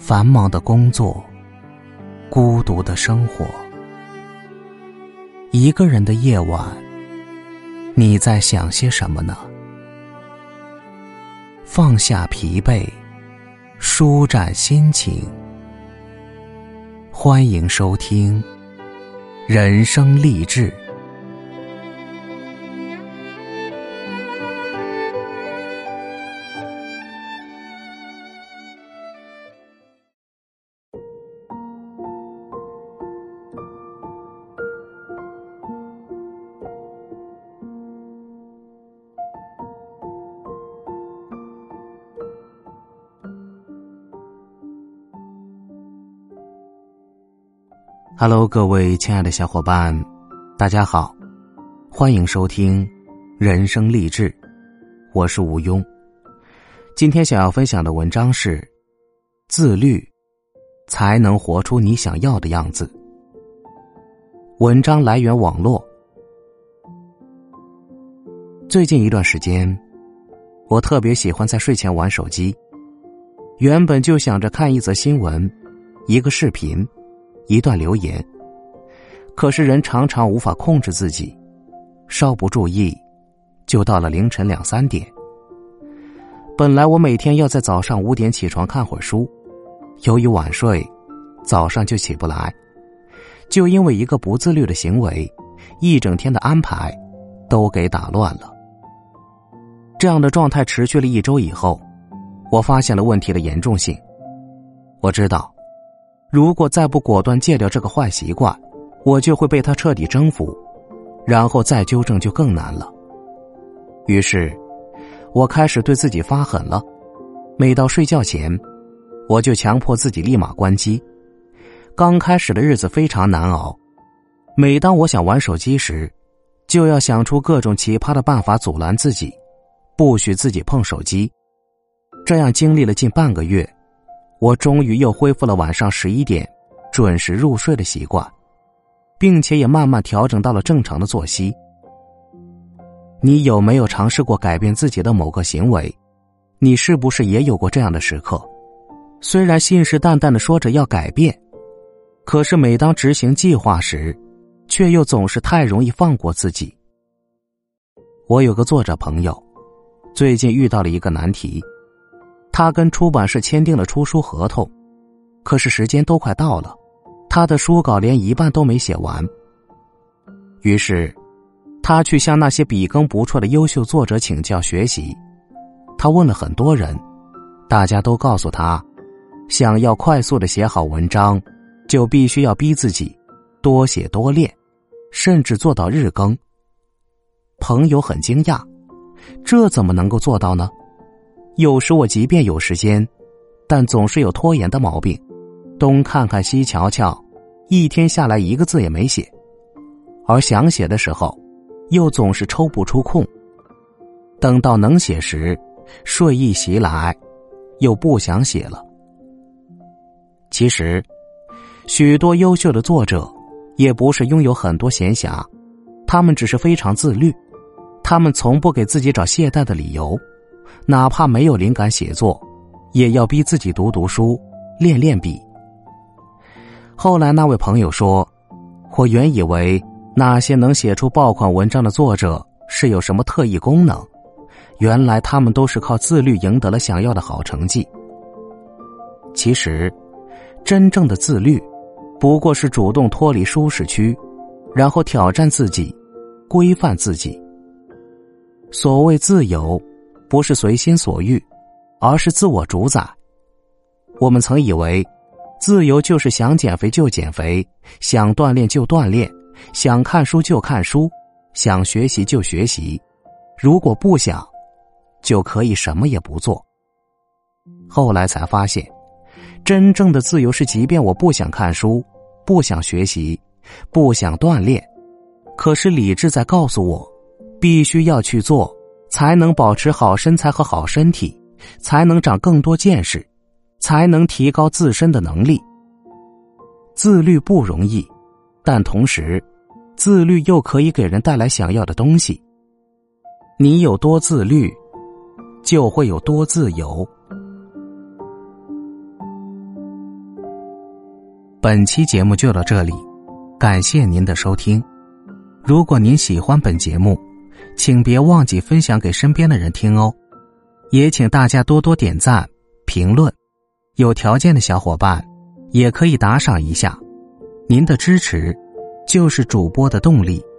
繁忙的工作，孤独的生活，一个人的夜晚，你在想些什么呢？放下疲惫，舒展心情。欢迎收听人生励志。Hello， 各位亲爱的小伙伴，大家好，欢迎收听人生励志，我是吴庸。今天想要分享的文章是自律才能活出你想要的样子。文章来源网络。最近一段时间，我特别喜欢在睡前玩手机，原本就想着看一则新闻，一个视频，一段留言，可是人常常无法控制自己，稍不注意就到了凌晨2、3点。本来我每天要在早上5点起床看会儿书，由于晚睡，早上就起不来，就因为一个不自律的行为，一整天的安排都给打乱了。这样的状态持续了1周以后，我发现了问题的严重性。我知道如果再不果断戒掉这个坏习惯，我就会被它彻底征服，然后再纠正就更难了。于是我开始对自己发狠了，每到睡觉前，我就强迫自己立马关机。刚开始的日子非常难熬，每当我想玩手机时，就要想出各种奇葩的办法阻拦自己，不许自己碰手机。这样经历了近半个月，我终于又恢复了晚上11点准时入睡的习惯，并且也慢慢调整到了正常的作息。你有没有尝试过改变自己的某个行为？你是不是也有过这样的时刻？虽然信誓旦旦地说着要改变，可是每当执行计划时，却又总是太容易放过自己。我有个作者朋友，最近遇到了一个难题，他跟出版社签订了出书合同，可是时间都快到了，他的书稿连一半都没写完。于是他去向那些笔耕不辍的优秀作者请教学习。他问了很多人，大家都告诉他，想要快速地写好文章，就必须要逼自己多写多练，甚至做到日更。朋友很惊讶，这怎么能够做到呢？有时我即便有时间，但总是有拖延的毛病，东看看西瞧瞧，一天下来1个字也没写。而想写的时候，又总是抽不出空。等到能写时，睡意袭来，又不想写了。其实，许多优秀的作者也不是拥有很多闲暇，他们只是非常自律，他们从不给自己找懈怠的理由，哪怕没有灵感写作，也要逼自己读书，练笔。后来那位朋友说，我原以为那些能写出爆款文章的作者是有什么特异功能，原来他们都是靠自律赢得了想要的好成绩。其实真正的自律不过是主动脱离舒适区，然后挑战自己，规范自己。所谓自由，不是随心所欲，而是自我主宰。我们曾以为自由就是想减肥就减肥，想锻炼就锻炼，想看书就看书，想学习就学习，如果不想，就可以什么也不做。后来才发现，真正的自由是即便我不想看书，不想学习，不想锻炼，可是理智在告诉我，必须要去做，才能保持好身材和好身体，才能长更多见识，才能提高自身的能力。自律不容易，但同时自律又可以给人带来想要的东西。你有多自律，就会有多自由。 本期节目就到这里，感谢您的收听。如果您喜欢本节目，请别忘记分享给身边的人听哦。也请大家多多点赞、评论，有条件的小伙伴也可以打赏一下，您的支持就是主播的动力。